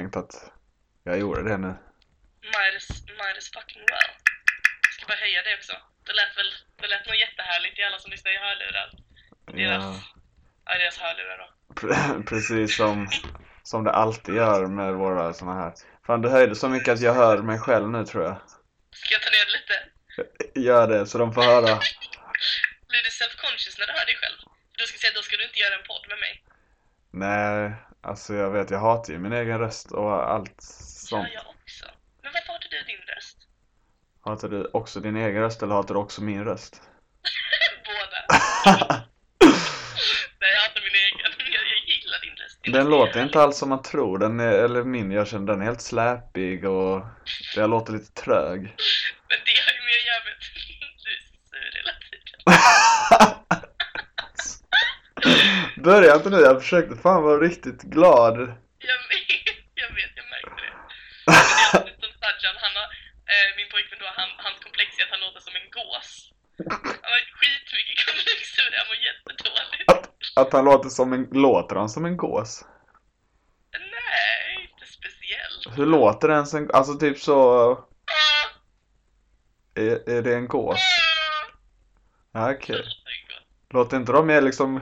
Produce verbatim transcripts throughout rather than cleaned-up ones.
tänkt att jag gjorde det nu. Might as, might as fucking well. Jag ska bara höja det också. Det lät väl, det lät nog jättehärligt i alla som lyssnar i hörlurar. Deras, Ja. ja, deras hörlurar då. Precis som, som det alltid gör med våra såna här. Fan, du höjde så mycket att jag hör mig själv nu, tror jag. Ska jag ta ner det lite? Gör det, så de får höra. Blir du self-conscious när du hör dig själv? Du ska säga, då ska du inte göra en podd med mig. Nej, alltså jag vet, jag hatar ju min egen röst och allt sånt. Ja, jag också. Men varför hatar du din röst? Hatar du också din egen röst eller hatar du också min röst? Båda. Nej, jag hatar min egen. Jag, jag gillar din röst. Din Den röst låter är inte alls som man tror. Den är, eller min, jag känner den är helt släpig och jag låter lite trög. Men det har ju mer att göra med att du är sur hela tiden. Börja inte nu, jag försökte fan vara riktigt glad. Jag vet, jag vet, jag märkte det. Men det är lite som Sajan, han har, eh, min pojkvän då, han, hans komplex är att han låter som en gås. Han har skitmycket komplexer, han mår jättedåligt. Att, att han låter som en, låter han som en gås? Nej, inte speciellt. Hur låter den sen? Alltså typ så, Ah, är, är det en gås? ah. Ja, okej. Så låter det gott. Låter inte de mer liksom...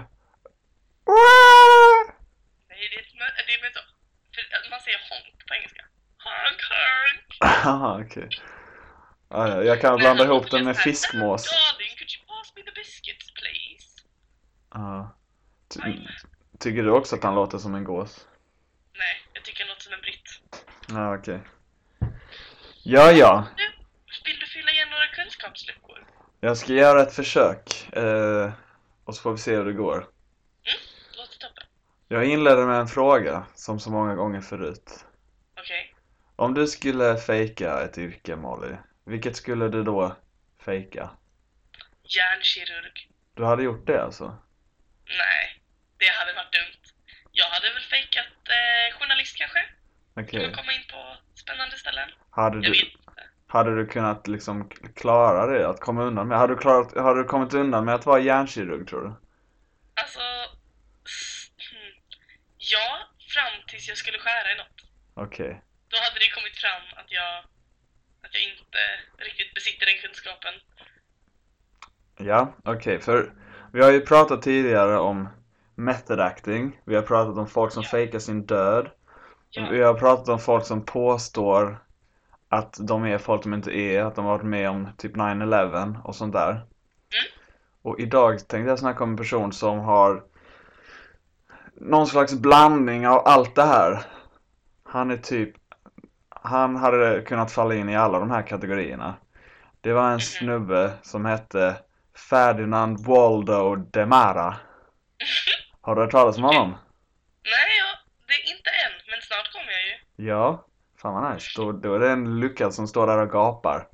Nej, det är, ett- det är mer så. För man säger honk på engelska. Honk, honk. Haha, okej. Ja, ja, jag kan blanda ihop den med fiskmås. Darling, could you pass me the biscuits, please? Ja. Ty, tycker du också att han låter som en gås? Nej, jag tycker han låter som en britt. Ja, okej. Ja, ja. Du, vill du fylla igen några kunskapsluckor? Jag ska göra ett försök. Eh, och så får vi se hur det går. Mm, låter toppen. Jag inledde med en fråga, som så många gånger förut. Okej. Om du skulle fejka ett yrke, Molly, vilket skulle du då fejka? Hjärnkirurg. Du hade gjort det alltså? Nej, det hade varit dumt. Jag hade väl fejkat eh, journalist kanske? Okej. Kan man komma in på spännande ställen? Hade Jag du, vet inte. hade du kunnat liksom klara det, att komma undan med? Hade du, klarat, hade du kommit undan med att vara hjärnkirurg, tror du? Alltså, s- hmm. ja, fram tills jag skulle skära i något. Okej. Då hade det kommit fram att jag, att jag inte riktigt besitter den kunskapen. Ja, okej. För vi har ju pratat tidigare om method acting. Vi har pratat om folk som Ja. fejkar sin död. Ja. Vi har pratat om folk som påstår att de är folk de inte är. Att de har varit med om typ nine eleven och sånt där. Mm. Och idag tänkte jag snacka om en person som har någon slags blandning av allt det här. Han är typ... Han hade kunnat falla in i alla de här kategorierna. Det var en snubbe som hette Ferdinand Waldo de Mara. Har du hört talas om honom? Nej, ja, det är inte än, men snart kommer jag ju. Ja, fan vad nice. Då, då är det en lucka som står där och gapar.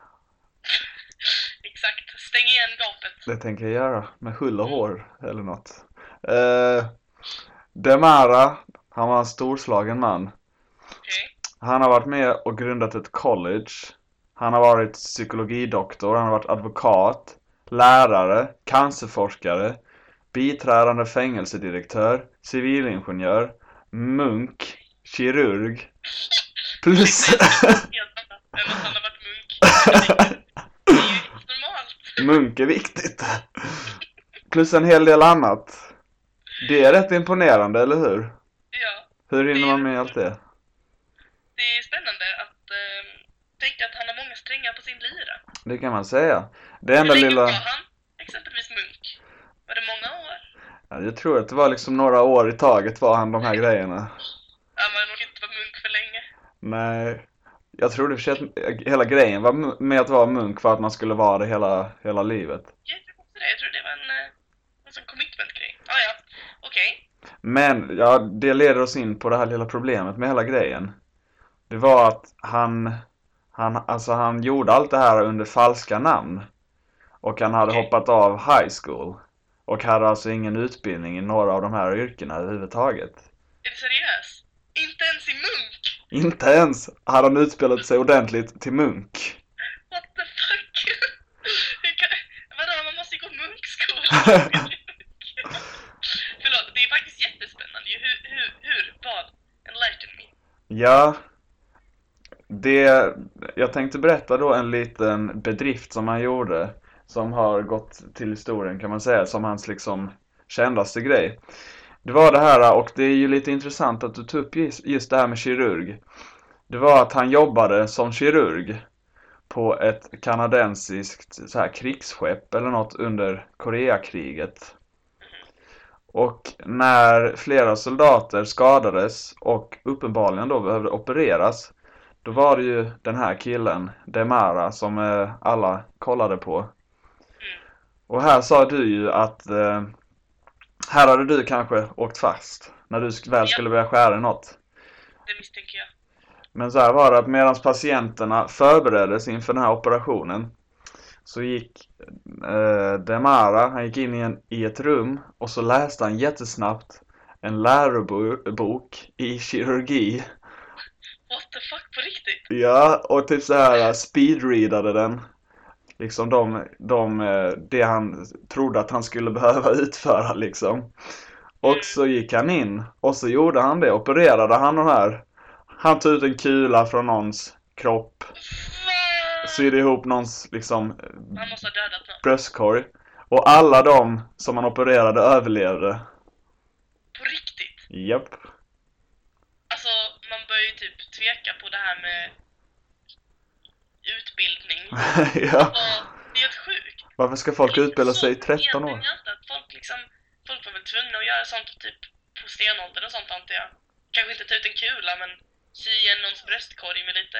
Exakt, stäng igen gapet. Det tänker jag göra med hull och hår eller något. Eh, de Mara, han var en storslagen man. Okej. Han har varit med och grundat ett college. Han har varit psykologidoktor, han har varit advokat, lärare, cancerforskare, biträdande fängelsedirektör, civilingenjör, munk, kirurg. Plus Helt annat än att han har varit munk. Det är ju normalt. munk är viktigt. Plus en hel del annat. Det är rätt imponerande, eller hur? Ja, Hur hinner man med allt det? det är spännande att eh, tänka att han har många strängar på sin lyra. Det kan man säga. Det Hur enda länge lilla... var han exempelvis munk? Var det många år? Ja, jag tror att det var liksom några år i taget var han de här grejerna. Ja, man nog inte vara munk för länge. Nej, jag trodde i och för sig att hela grejen var mu- med att vara munk för att man skulle vara det hela, hela livet. Jag tror också det. Jag tror det var en, eh, en sån commitment-grej. Ah, ja, okej. Men ja, det leder oss in på det här lilla problemet med hela grejen. Det var att han, han, alltså han gjorde allt det här under falska namn. Och han hade Okej. hoppat av high school. Och hade alltså ingen utbildning i några av de här yrkena överhuvudtaget. Är du seriös? Inte ens i munk? Inte ens hade han utspelat sig ordentligt till munk. What the fuck? Hur kan... Vadå, man måste ju gå munkskola. Förlåt, det är faktiskt jättespännande. ju. Hur, hur, hur, vad? Enlighten me. Ja, det, jag tänkte berätta då en liten bedrift som han gjorde. Som har gått till historien kan man säga, som hans liksom kändaste grej. Det var det här, och det är ju lite intressant att du tog upp just, just det här med kirurg. Det var att han jobbade som kirurg på ett kanadensiskt så här krigsskepp eller något under Koreakriget. Och när flera soldater skadades och uppenbarligen då behövde opereras, då var det ju den här killen, Demara, som eh, alla kollade på. Och här sa du ju att eh, här hade du kanske åkt fast när du sk- väl Ja, skulle börja skära i något. det misstänker jag. Men så här var det att medan patienterna förbereddes inför den här operationen så gick eh, Demara, han gick in i, en, i ett rum och så läste han jättesnabbt en lärobok i kirurgi. What the fuck, på riktigt? Ja, och typ så här speedreadade den. Liksom de, de, eh, det han trodde att han skulle behöva utföra liksom. Och så gick han in och så gjorde han det, opererade han den här. Han tog ut en kula från någons kropp, Va? sydde ihop någons liksom Han måste ha dödat någon. bröstkorg. Och alla de som han opererade överlevde. På riktigt? Japp. Alltså, man börjar ju typ tveka på det här med utbildning. Ja. Alltså, det är helt sjukt. Varför ska folk utbilda sig i Så tretton år? egentligen inte att folk liksom, folk var väl tvungna att göra sånt typ på stenåldern och sånt, antar jag. Kanske inte ta ut en kula, men sy igen någons bröstkorg med lite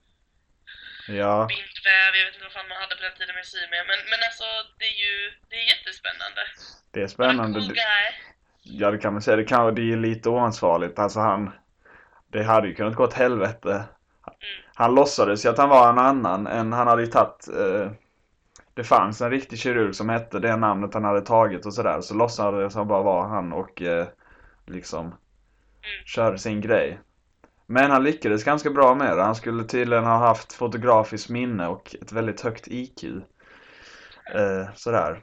Ja, bindväv. Jag vet inte vad fan man hade på den tiden med sy med. Men, men alltså, det är ju, det är jättespännande. det är spännande. Cool guy. Ja, det kan man säga. Det, kan, det är lite oansvarigt. Alltså han, det hade ju kunnat gå åt helvete. Mm. Han låtsades ju att han var en annan än han hade ju tagit. Eh, det fanns en riktig kirurg som hette det namnet han hade tagit och sådär. Så låtsades han bara vara han och eh, liksom Mm. körde sin grej. Men han lyckades ganska bra med det. Han skulle tydligen ha haft fotografiskt minne och ett väldigt högt I Q. Eh, sådär.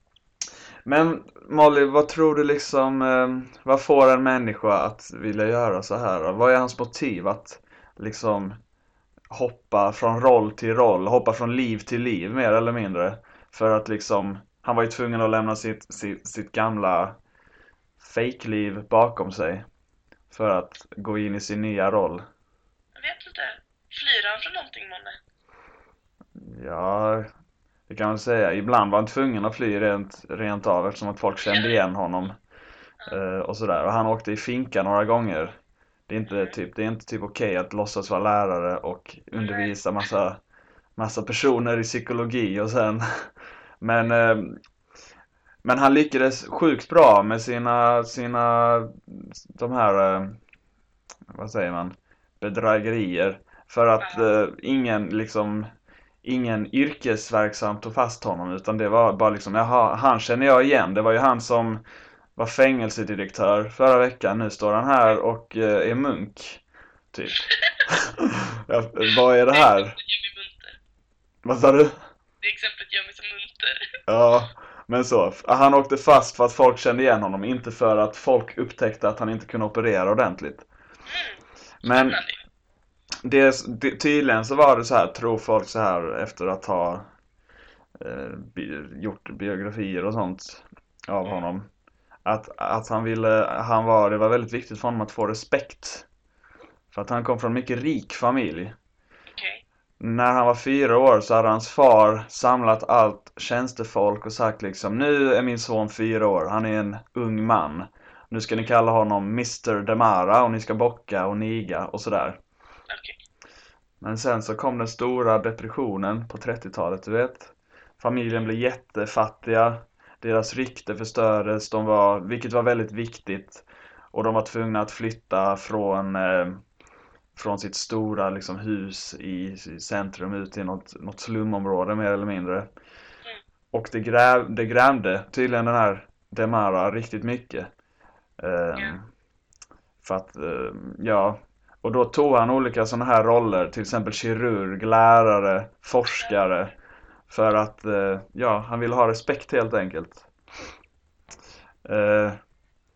Men Molly, vad tror du liksom, eh, vad får en människa att vilja göra så här? Vad är hans motiv att liksom hoppa från roll till roll, hoppa från liv till liv mer eller mindre? För att liksom, han var ju tvungen att lämna sitt, sitt, sitt gamla fake-liv bakom sig för att gå in i sin nya roll. Jag vet inte. Flyr han från någonting, månne? Ja, det kan man säga. Ibland var han tvungen att fly rent, rent av eftersom att folk kände igen honom. Eh, och sådär. Och han åkte i finka några gånger. Det är inte typ, det är inte typ okej att låtsas vara lärare och undervisa massa, massa personer i psykologi och sen. Men, eh, men han lyckades sjukt bra med sina, sina de här, eh, vad säger man, bedrägerier. För att eh, ingen liksom ingen yrkesverksam tog fast honom, utan det var bara liksom, jaha, han känner jag igen. Det var ju han som var fängelsedirektör förra veckan. Nu står han här och eh, är munk. Typ. Ja, vad är det här? Det exemplet gör mig munter. Vad sa du? Det exemplet gör mig så munter. Ja, men så. Han åkte fast för att folk kände igen honom. Inte för att folk upptäckte att han inte kunde operera ordentligt. Mm. Men Spännande. det, det, tydligen så var det så här, tror folk så här efter att ha eh, bi, gjort biografier och sånt av honom. Att, att han ville, han var, det var väldigt viktigt för honom att få respekt. För att han kom från en mycket rik familj. Okej. När han var fyra år så hade hans far samlat allt tjänstefolk och sagt liksom, nu är min son fyra år, han är en ung man. Nu ska ni kalla honom mister Demara och ni ska bocka och niga och sådär. Okej. Men sen så kom den stora depressionen på trettiotalet, du vet. Familjen blev jättefattiga. Deras rykte förstördes, de var, vilket var väldigt viktigt. Och de var tvungna att flytta från, eh, från sitt stora liksom, hus i, i centrum ut till något, något slumområde mer eller mindre. Och det, gräv, det grämde tydligen den här Demara riktigt mycket. Eh, Ja. För att, eh, ja... Och då tog han olika sådana här roller, till exempel kirurg, lärare, forskare. För att, eh, ja, han ville ha respekt helt enkelt. Eh,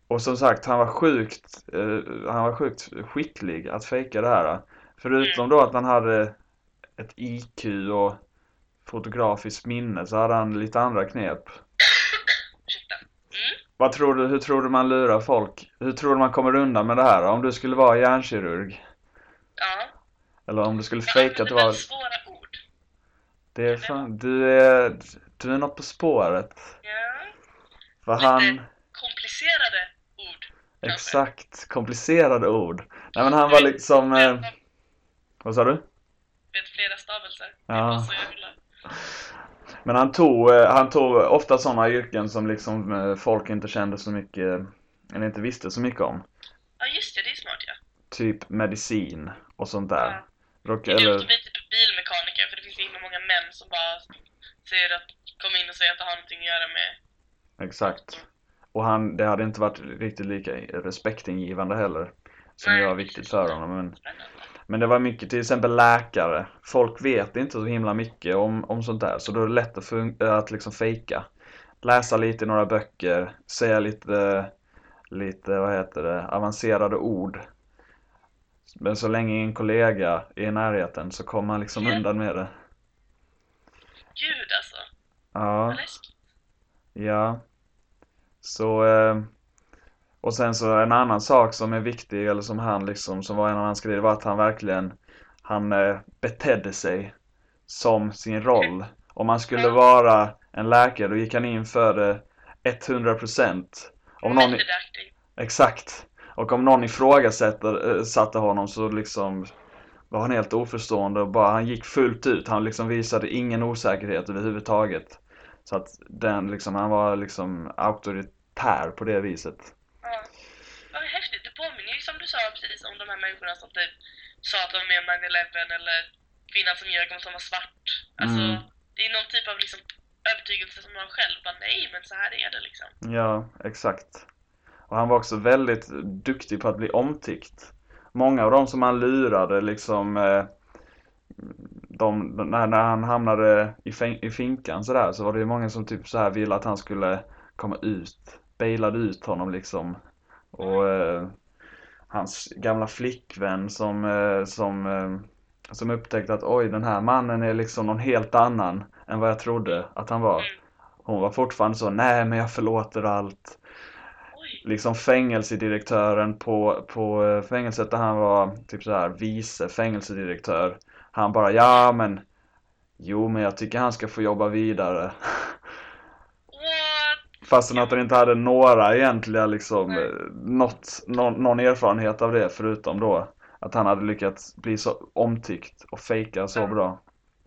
Och som sagt, han var sjukt, eh, han var sjukt skicklig att fejka det här. Förutom Mm. då att han hade ett I Q och fotografiskt minne så hade han lite andra knep. Ursäkta. Mm. Vad tror du, hur tror du man lurar folk? Hur tror du man kommer undan med det här? Om du skulle vara hjärnkirurg? Ja. Eller om du skulle Jag fejka att använder du var... väldigt svåra ord. Det är fan, du är, du är något på spåret. Ja. För Lite han... komplicerade ord. kanske. Exakt, komplicerade ord. Nej men han var liksom... Eh, vad sa du? Vet flera stavelser. Ja. Det var så jag ville. Men han tog, eh, han tog ofta sådana yrken som liksom eh, folk inte kände så mycket, eller inte visste så mycket om. Ja just det, det är smart ja. Typ medicin och sånt där. Ja. Rock, Det är dumt eller, att bli typ bilmekaniker för det finns himla många män som bara säger att, kommer in och säger att det har någonting att göra med. exakt. Och han, det hade inte varit riktigt lika respektingivande heller. Som Nej, var viktigt precis. för honom. Men, Spännande. men det var mycket, till exempel läkare. Folk vet inte så himla mycket om, om sånt där. Så då är det lätt att, fun- att liksom fejka. Läsa lite i några böcker. Säga lite, lite, vad heter det, avancerade ord. Men så länge en kollega är i närheten så kommer man liksom undan med det. Gud alltså. Ja. Vad läskigt. Ja. Så eh, och sen så en annan sak som är viktig, eller som han liksom, som var en av hans grejer, var att han verkligen han eh, betedde sig som sin roll. Om man skulle vara en läkare då gick han in för det hundra procent. Om någon, Method acting. exakt. Och om någon ifrågasätter eh, satte honom så liksom var han helt oförstående och bara han gick fullt ut. Han liksom visade ingen osäkerhet överhuvudtaget. Så att den liksom, han var liksom auktoritär på det viset. Ja. Vad häftigt. Det påminner ju som du sa precis om de här människorna som typ sa att de var med om nine eleven eller kvinnan som ljög om att de var svart. Alltså, Mm. det är någon typ av liksom övertygelse som man själv bara nej, men så här är det liksom. Ja, exakt. Och han var också väldigt duktig på att bli omtyckt. Många av dem som han lurade liksom eh, de, när, när han hamnade i, fin, i finkan så där, så var det ju många som typ så här ville att han skulle komma ut, bailade ut honom liksom. Och eh, hans gamla flickvän som eh, som eh, som upptäckte att oj, den här mannen är liksom någon helt annan än vad jag trodde att han var. Hon var fortfarande så, nej men jag förlåter allt. Oj. Liksom fängelsedirektören på, på eh, fängelset där han var typ så här vice fängelsedirektör. Han bara, ja men jo men jag tycker han ska få jobba vidare. What? Fastän att han inte hade några egentliga liksom eh, något, någon, någon erfarenhet av det förutom då att han hade lyckats bli så omtyckt och fejka så bra.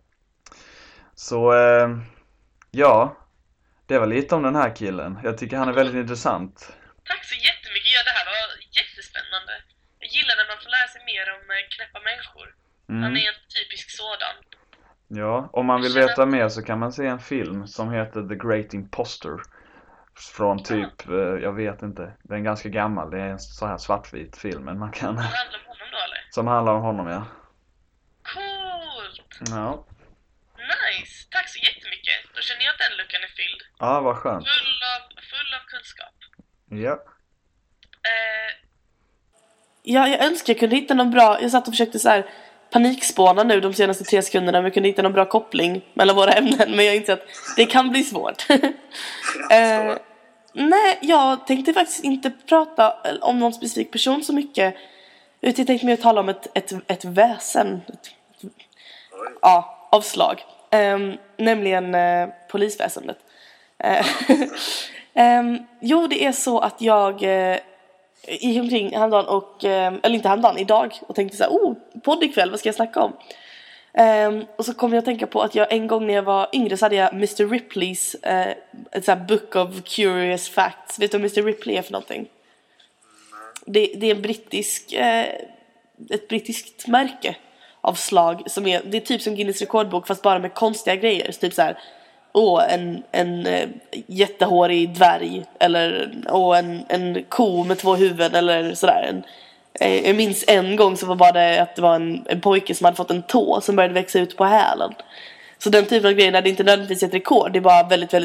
Så eh, ja, det var lite om den här killen. Jag tycker han är väldigt intressant. Tack så jättemycket. Ja, det här var jättespännande. Jag gillar när man får lära sig mer om eh, knäppa människor. Han Mm. är en typisk sådan. Ja, om man vill veta mer så kan man se en film som heter The Great Imposter. Från typ, eh, jag vet inte, den är ganska gammal. Det är en så här svartvit film, men man kan, Det handlar om honom då eller? som handlar om honom, ja. Coolt! Ja, Nice! Tack så jättemycket. Då känner jag att den luckan är fylld. ja vad skönt. Full av, full av kunskap. Ja. Eh, Ja, jag önskar jag kunde hitta någon bra. Jag satt och försökte så här panikspåna nu de senaste tre sekunderna, men jag kunde hitta någon bra koppling mellan våra ämnen, men jag inser att det kan bli svårt. eh, nej, jag tänkte faktiskt inte prata om någon specifik person så mycket. Utan jag tänkte mer tala om ett, ett, ett väsen. Ett, ja, avslag. Eh, nämligen eh, polisväsendet. Eh, eh, jo, det är så att jag eh, gick omkring häromdagen och, eh, eller inte häromdagen, idag, och tänkte så här, oh, podd ikväll, vad ska jag snacka om? Eh, och så kom jag att tänka på att jag en gång när jag var yngre så hade jag mister Ripleys eh, ett så här book of curious facts. Vet du vad mister Ripley är för någonting? Det, det är en brittisk eh, ett brittiskt märke av slag som är, det är typ som Guinness rekordbok fast bara med konstiga grejer, så typ så här, åh, en, en eh, jättehårig dvärg, eller åh, en, en ko med två huvuden, eller sådär. En, eh, jag minns en gång så var bara det att det var en, en pojke som hade fått en tå som började växa ut på hälen. Så den typen av grejer, när det inte nödvändigtvis är ett rekord, det är bara väldigt, väldigt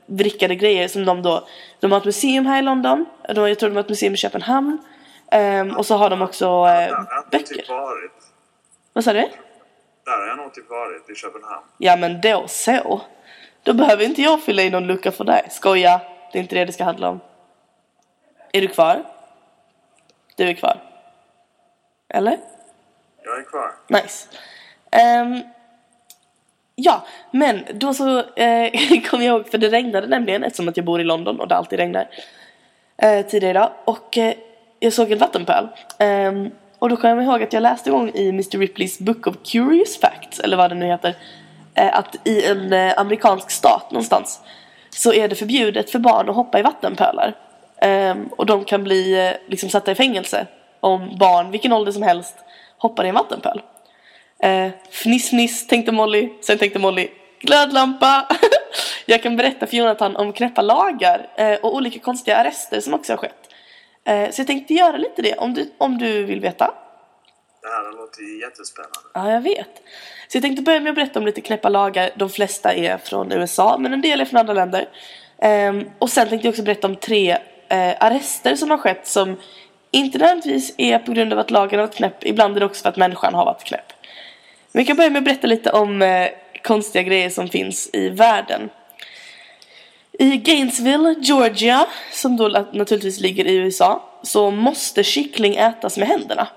vrickade grejer som de då, de har ett museum här i London, de, jag tror de har ett museum i Köpenhamn, um, och så har de också uh, där, där böcker. typ varit. Vad sa du? Där har jag nog typ varit i Köpenhamn. Ja, men då så. Då behöver inte jag fylla i någon lucka för dig. Skoja, det är inte det det ska handla om. Är du kvar? Du är kvar. Eller? Jag är kvar. Nice. Um, ja, men då så eh, kom jag ihåg, för det regnade nämligen, eftersom att jag bor i London och det alltid regnar eh, tidigare idag. Och eh, jag såg en vattenpöl. Um, och då kom jag ihåg att jag läste en gång i mister Ripleys Book of Curious Facts, eller vad det nu heter, eh, att i en eh, amerikansk stat någonstans så är det förbjudet för barn att hoppa i vattenpölar. Um, och de kan bli eh, liksom satta i fängelse om barn, vilken ålder som helst, hoppar i en vattenpöl. Eh, fniss, fniss, tänkte Molly. Sen tänkte Molly, glödlampa. Jag kan berätta för Jonathan om knäppa lagar eh, och olika konstiga arrester som också har skett. Eh, så jag tänkte göra lite det, om du, om du vill veta. Det här låter ju jättespännande. Ja, jag vet. Så jag tänkte börja med att berätta om lite knäppa lagar. De flesta är från U S A, men en del är från andra länder. Eh, och sen tänkte jag också berätta om tre eh, arrester som har skett, som inte nödvändigtvis är på grund av att lagen har varit knäpp. Ibland är det också för att människan har varit knäpp. Men vi kan börja med att berätta lite om eh, konstiga grejer som finns i världen. I Gainesville, Georgia, som då naturligtvis ligger i U S A, så måste kyckling ätas med händerna.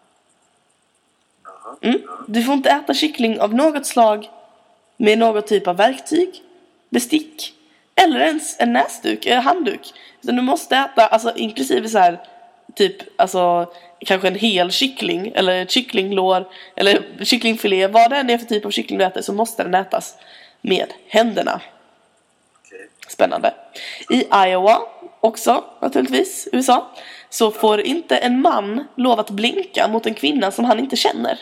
Mm. Du får inte äta kyckling av något slag med något typ av verktyg, bestick eller ens en näsduk eller handduk. Utan du måste äta, alltså inklusive så här typ, alltså kanske en hel kyckling eller ett kycklinglår eller kycklingfilé, vad det än är för typ av kyckling du äter, så måste den ätas med händerna. Okay. Spännande. I Iowa också, naturligtvis, U S A, så får inte en man lov att blinka mot en kvinna som han inte känner.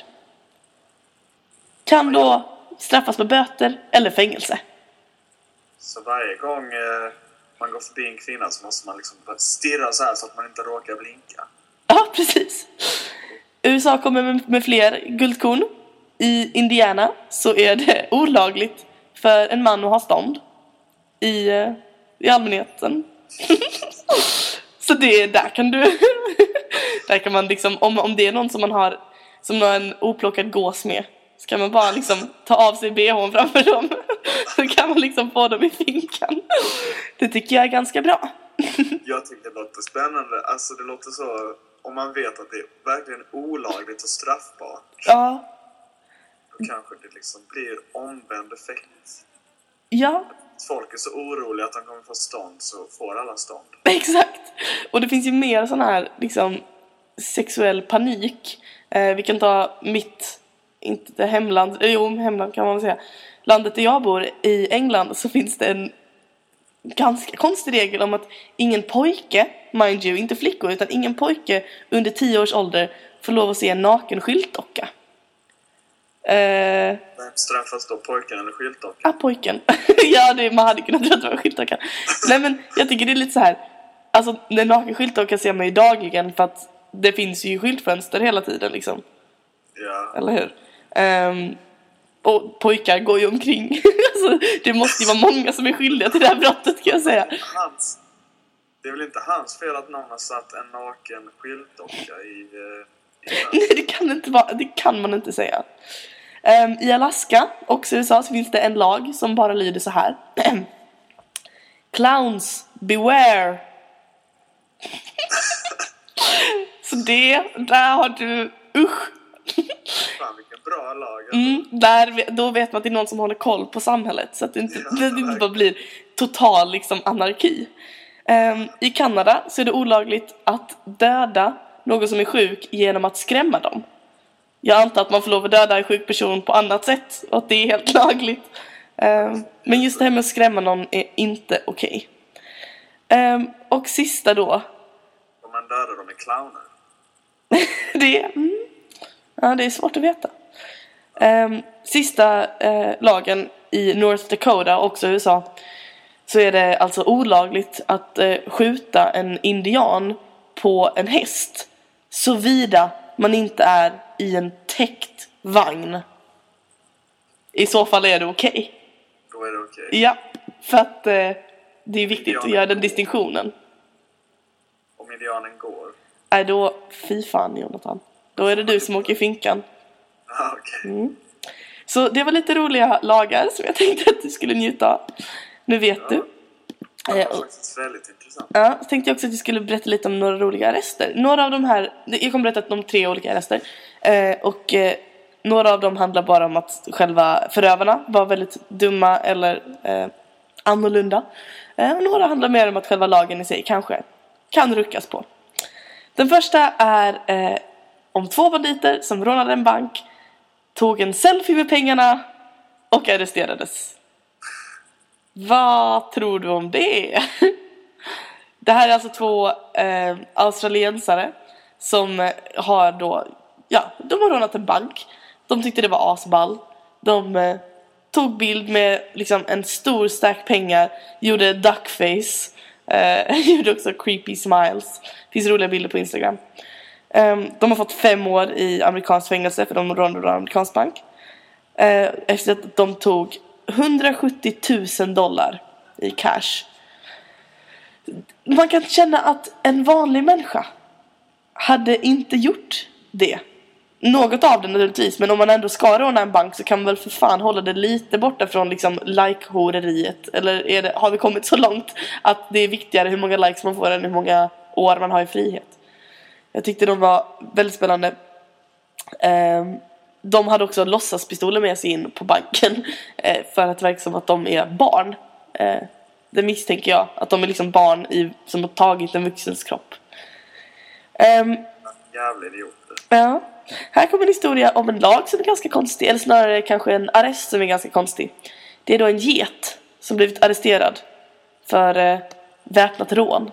Kan då straffas med böter eller fängelse. Så varje gång eh, man går förbi en kvinna så måste man liksom bara stirra så här så att man inte råkar blinka. Ja, precis. U S A kommer med, med fler guldkorn. I Indiana så är det olagligt för en man att ha stånd i, i allmänheten. Så det där kan du där kan man liksom, om, om det är någon som man har som har en oplockad gås med, så kan man bara liksom ta av sig B H:n framför dem. Så kan man liksom få dem i finkan. Det tycker jag är ganska bra. Jag tycker det låter spännande. Alltså det låter så, om man vet att det är verkligen olagligt och straffbart. Ja. Då kanske det liksom blir omvänd effekt. Ja. Folk är så oroliga att de kommer få stånd, så får alla stånd. Exakt. Och det finns ju mer sån här liksom sexuell panik. Eh, vi kan ta mitt, inte hemland, jo hemland kan man väl säga. Landet där jag bor, i England, så finns det en ganska konstig regel om att ingen pojke, mind you, inte flickor, utan ingen pojke under tio års ålder får lov att se en naken skyltdocka. Eh, Vem straffas då, pojken eller skyltdockan? ah, pojken. Ja, det, man hade kunnat tro att det var skyltdockan. Nej, men jag tycker det är lite så här. Alltså, den naken skyltdockan ser man ju dagligen, för att det finns ju skyltfönster hela tiden liksom. Ja. Eller hur? Um, och pojkar går ju omkring. Alltså, det måste ju vara många som är skyldiga till det här brottet, kan jag säga. Hans, det är väl inte hans fel att någon har satt en naken skyltdocka i... i Nej, det kan inte vara, det kan man inte säga. Um, I Alaska, också i U S A, så finns det en lag som bara lyder så här. Clowns, beware. Så det, där har du, usch. Fan, vilken bra lag. Mm, där, då vet man att det är någon som håller koll på samhället, så att det inte, Ja, det inte bara blir total liksom anarki. Um, I Kanada så är det olagligt att döda någon som är sjuk genom att skrämma dem. Jag antar att man får lov att döda en sjuk person på annat sätt, och att det är helt lagligt. Um, men just det här med att skrämma någon är inte okej. Okay. Um, och sista då. Om man dödar dem är clowner. det, mm, ja, det är svårt att veta. Um, sista uh, lagen i North Dakota, också i U S A, så är det alltså olagligt att uh, skjuta en indian på en häst, såvida man inte är i en täckt vagn. I så fall är det okej. Okay. Då är det okej. Okay. Ja, för att uh, det är viktigt att göra den distinktionen. Om indianen går. Nej, då, fy fan Jonathan. Då är det du som åker i finkan. Ah, okej. Okay. Mm. Så det var lite roliga lagar som jag tänkte att du skulle njuta av. Nu vet ja. du. Det var faktiskt väldigt intressant. Ja, så tänkte jag också att jag skulle berätta lite om några roliga arrester. Några av de här, jag kommer berätta om tre olika arrester. Eh, och eh, några av dem handlar bara om att själva förövarna var väldigt dumma eller eh, annorlunda. Eh, och några handlar mer om att själva lagen i sig kanske kan ruckas på. Den första är eh, om två banditer som rånade en bank, tog en selfie med pengarna och arresterades. Vad tror du om det? Det här är alltså två eh, australiensare som har då, ja, de har rånat en bank. De tyckte det var asball. De eh, tog bild med liksom en stor stack pengar, gjorde duckface, eh, gjorde också creepy smiles. Det finns roliga bilder på Instagram. Um, de har fått fem år i amerikansk fängelse för de rånade en amerikansk bank. Uh, efter att de tog hundrasjuttio tusen dollar i cash. Man kan känna att en vanlig människa hade inte gjort det. Något av det naturligtvis, men om man ändå ska råna en bank så kan man väl för fan hålla det lite borta från liksom like-horeriet. Eller är det, har vi kommit så långt att det är viktigare hur många likes man får än hur många år man har i frihet? Jag tyckte de var väldigt spännande. De hade också låtsaspistoler med sig in på banken för att det verkar som att de är barn. Det misstänker jag, att de är liksom barn i, som har tagit en vuxens kropp. Jävla idioter. Ja. Här kommer en historia om en lag som är ganska konstig, eller snarare kanske en arrest som är ganska konstig. Det är då en get som blivit arresterad för väpnat rån.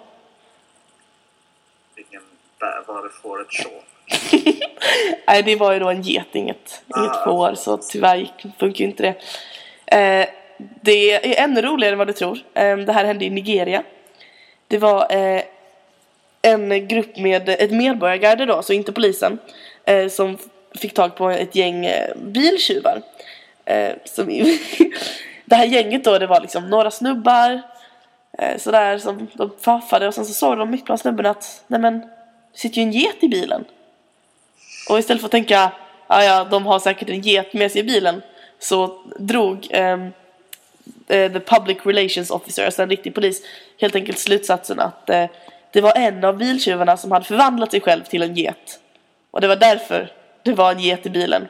Var det får ett sjå? Nej, det var ju då en get, inget, ah, inget får, så tyvärr funkar ju inte det. Eh, det är ännu roligare än vad du tror. Eh, det här hände i Nigeria. Det var eh, en grupp med ett medborgargarde då, så inte polisen, eh, som fick tag på ett gäng eh, biltjuvar. Eh, som, det här gänget då, det var liksom några snubbar eh, sådär som de faffade, och sen så såg de mitt bland snubben att nej men, det sitter ju en get i bilen. Och istället för att tänka ja, ja, de har säkert en get med sig i bilen, så drog um, uh, the public relations officer, alltså en riktig polis, helt enkelt slutsatsen att uh, det var en av biltjuvarna som hade förvandlat sig själv till en get. Och det var därför det var en get i bilen.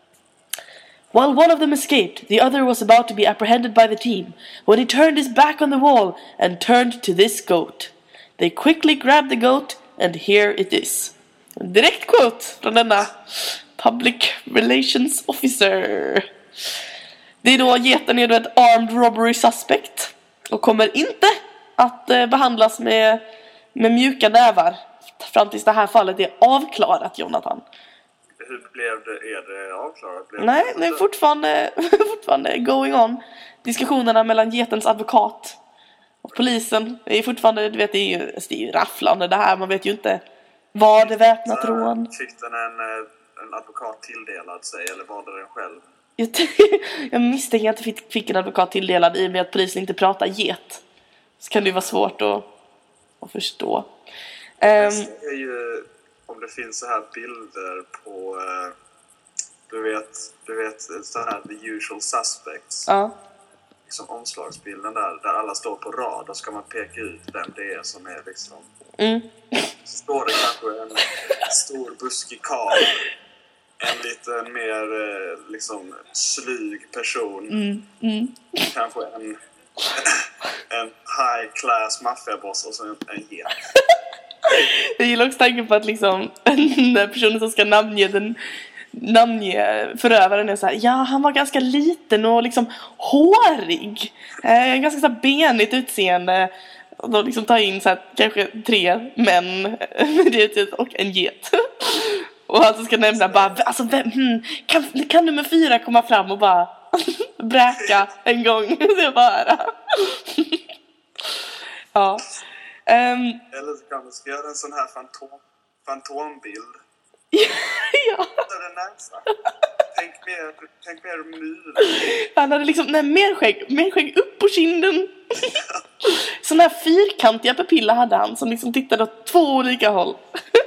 While one of them escaped, the other was about to be apprehended by the team when he turned his back on the wall and turned to this goat. They quickly grabbed the goat and here it is. En direkt quote från denna public relations officer. Det är då geten är då ett armed robbery suspect och kommer inte att eh, behandlas med, med mjuka nävar fram tills det här fallet är avklarat, Jonathan. Hur blev det? Är det avklarat? Blev Nej, det det är fortfarande, fortfarande going on. Diskussionerna mellan getens advokat och polisen är fortfarande, du vet, det är ju, det är ju rafflande det här. Man vet ju inte, var det väpnat rån? Fick den en, en advokat tilldelad sig, eller var det den själv? Jag, jag misstänker att jag fick, fick en advokat tilldelad i och med att polisen inte pratar get. Så kan det ju vara svårt att, att förstå. Um, det är ju, om det finns så här bilder på, uh, du vet, du vet så här the usual suspects. Ja. Liksom omslagsbilden där, där alla står på rad, och ska man peka ut vem det är som är liksom. Mm. Så står det kanske en stor buskig karl, en lite mer liksom slyg person, mm. Mm. kanske en en high class maffiaboss och så en, en get. Jag gillar också tanken på att liksom den personen som ska namnge den namnge förövaren är så här, ja, han var ganska liten och liksom hårig, eh, ganska så här benigt utseende, och då liksom ta in så här, kanske tre män med det och en get. Och han som ska nämna bara, alltså vem, hmm, kan, kan nummer fyra komma fram och bara bräka en gång? Så jag bara ja. Um, Eller så kan man ska göra en sån här fantom, fantombild. Ja. Tänk mer, tänk mer mur. Han hade liksom, nej, mer skägg, mer skägg upp på kinden. här fyrkantiga pupiller hade han som liksom tittade åt två olika håll.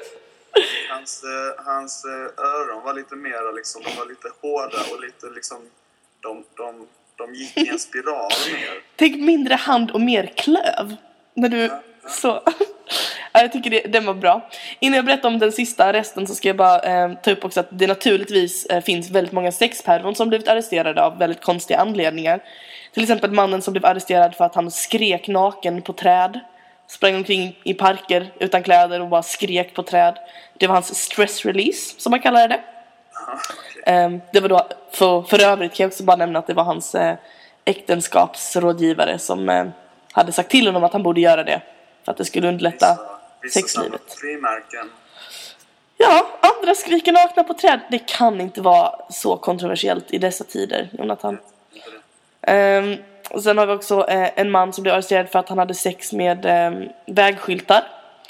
Hans, eh, hans eh, öron var lite mer liksom, de var lite hårda och lite liksom, de, de, de gick i en spiral mer. Tänk mindre hand och mer klöv. När du Ja, ja. så... Ja, jag tycker det, den var bra. Innan jag berättar om den sista arresten så ska jag bara eh, ta upp också att det naturligtvis eh, finns väldigt många sexpervon som blivit arresterade av väldigt konstiga anledningar. Till exempel mannen som blev arresterad för att han skrek naken på träd. Sprang omkring i parker utan kläder och bara skrek på träd. Det var hans stress release, som man kallar det. Aha, okay. eh, Det var då, för, för övrigt kan jag också bara nämna att det var hans eh, äktenskapsrådgivare som eh, hade sagt till honom att han borde göra det. För att det skulle underlätta vissa, vissa sexlivet. frimärken. Ja, andra skriker nakna på träd. Det kan inte vara så kontroversiellt i dessa tider, Jonathan. Um, och sen har vi också eh, en man som blev arresterad för att han hade sex med eh, vägskyltar.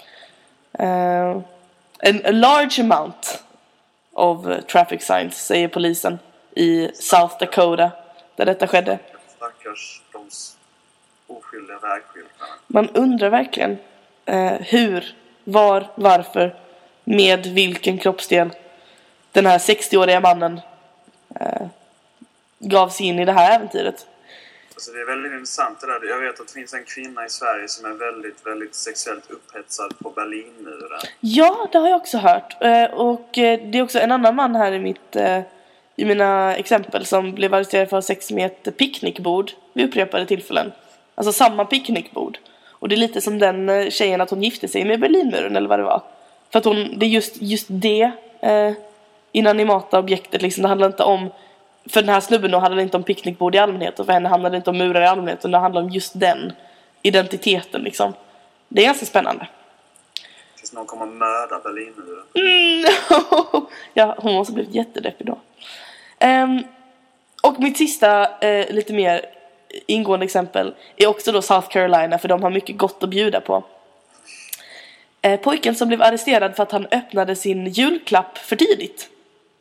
Uh, en a large amount of uh, traffic signs, säger polisen i South Dakota, där detta skedde. Stackars de oskyldiga vägskyltarna. Man undrar verkligen eh, hur, var, varför, med vilken kroppsdel den här sextioåriga mannen eh, gav sig in i det här äventyret. Alltså det är väldigt intressant det där. Jag vet att det finns en kvinna i Sverige som är väldigt, väldigt sexuellt upphetsad på Berlinmuren. Ja, det har jag också hört. Eh, och eh, det är också en annan man här i mitt eh, i mina exempel som blev arresterad för sex med ett picknickbord vid upprepade tillfällen. Alltså samma picknickbord. Och det är lite som den eh, tjejen att hon gifte sig med Berlinmuren eller vad det var. För att hon, det är just, just det eh, inanimata objektet liksom. Det handlar inte om, för den här snubben då handlar det inte om picknickbord i allmänhet. Och för henne handlar det inte om murar i allmänhet. Utan det handlar om just den identiteten liksom. Det är ganska spännande. Tills någon kommer mörda Berlinmuren. Mm, ja, hon måste blivit jättedeppig då. Um, och mitt sista eh, lite mer ingående exempel är också då South Carolina, för de har mycket gott att bjuda på. Eh, pojken som blev arresterad för att han öppnade sin julklapp för tidigt.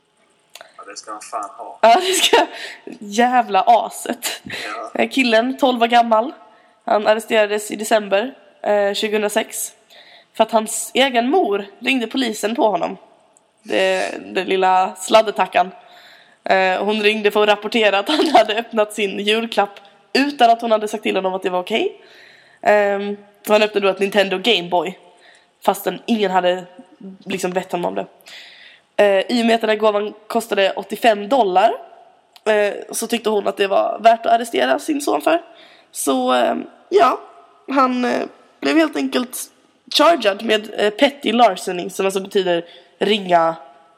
Ja, det ska han fan ha. Ja, det ska jävla aset. Ja. Eh, killen, tolv år gammal, han arresterades i december eh, tjugohundrasex för att hans egen mor ringde polisen på honom. Det, det lilla sladdetackan. Eh, hon ringde för att rapportera att han hade öppnat sin julklapp utan att hon hade sagt till honom att det var okej. Eh, han öppnade då ett Nintendo Game Boy, fastän ingen hade liksom bett honom om det. Eh, I och med att den här gåvan kostade åttiofem dollar eh, så tyckte hon att det var värt att arrestera sin son för. Så eh, ja, han eh, blev helt enkelt charged med eh, petty larceny, som alltså betyder ringa,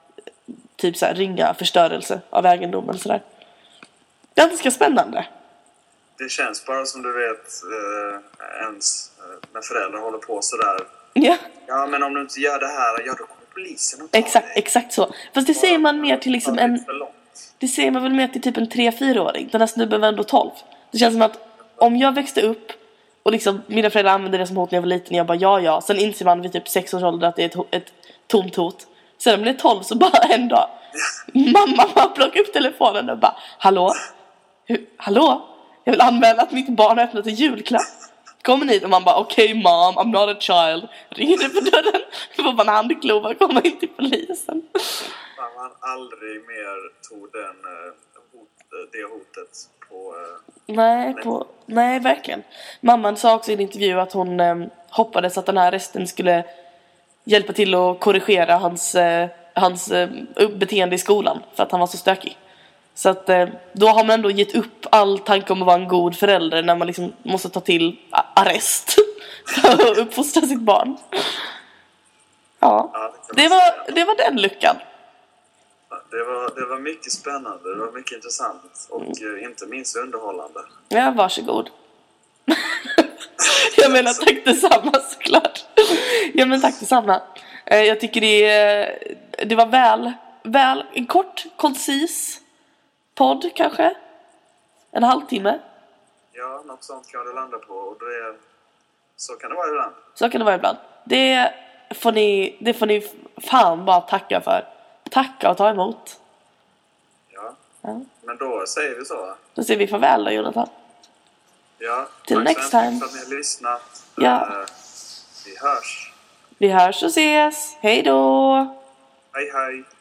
typ så här, ringa förstörelse av egendom eller sådär. Ganska spännande. Det känns bara som du vet eh, ens eh, när föräldrar håller på sådär. Ja, Ja, men om du inte gör det här, ja då kommer polisen och tar exakt, dig. exakt så. Fast det säger man mer till liksom Ja, det är en, för långt. det säger man väl mer till typ en tre-fyraåring. Den här snubben var ändå tolv. Det känns som att om jag växte upp och liksom mina föräldrar använde det som hot när jag var liten, jag bara ja ja. Sen inser man vid typ sex års ålder att det är ett, ho- ett tomt hot. Sen när man blir tolv så bara en dag mamma bara plockar upp telefonen och bara hallå? Hur, hallå? Jag vill anmäla att mitt barn har öppnat en julklapp. Kommer ni? Och man bara okej okay, mom, I'm not a child. Ringer det på dörren. Då får man handklova och komma in till polisen. Fan, man aldrig mer tog den, eh, hot, det hotet på... Eh, Nej, på, nej, verkligen. Mamman sa också i en intervju att hon eh, hoppades att den här arresten skulle hjälpa till att korrigera hans, eh, hans eh, beteende i skolan. För att han var så stökig. Så att eh, då har man ändå gett upp all tanke om att vara en god förälder när man liksom måste ta till a- arrest för att uppfostra sitt barn. Ja, ja, det, det var, det var den luckan. det, var, det var mycket spännande, det var mycket intressant och eh, inte minst underhållande. Ja, varsågod. Jag menar tack detsamma såklart. Ja men tack detsamma. Eh, Jag tycker det, det var väl, väl en kort, koncis podd kanske. En halvtimme. Ja, något sånt kan det landa på och det, så kan det vara ibland. Så kan det vara ibland. Det får ni, det får ni fan bara tacka för. Tacka och ta emot. Ja, Ja. men då säger vi så. Då säger vi farväl då, Jonathan. Ja, Till tack next så mycket time. för att ni har lyssnat. Ja. Eh, vi hörs. Vi hörs och ses. Hej då! Hej hej.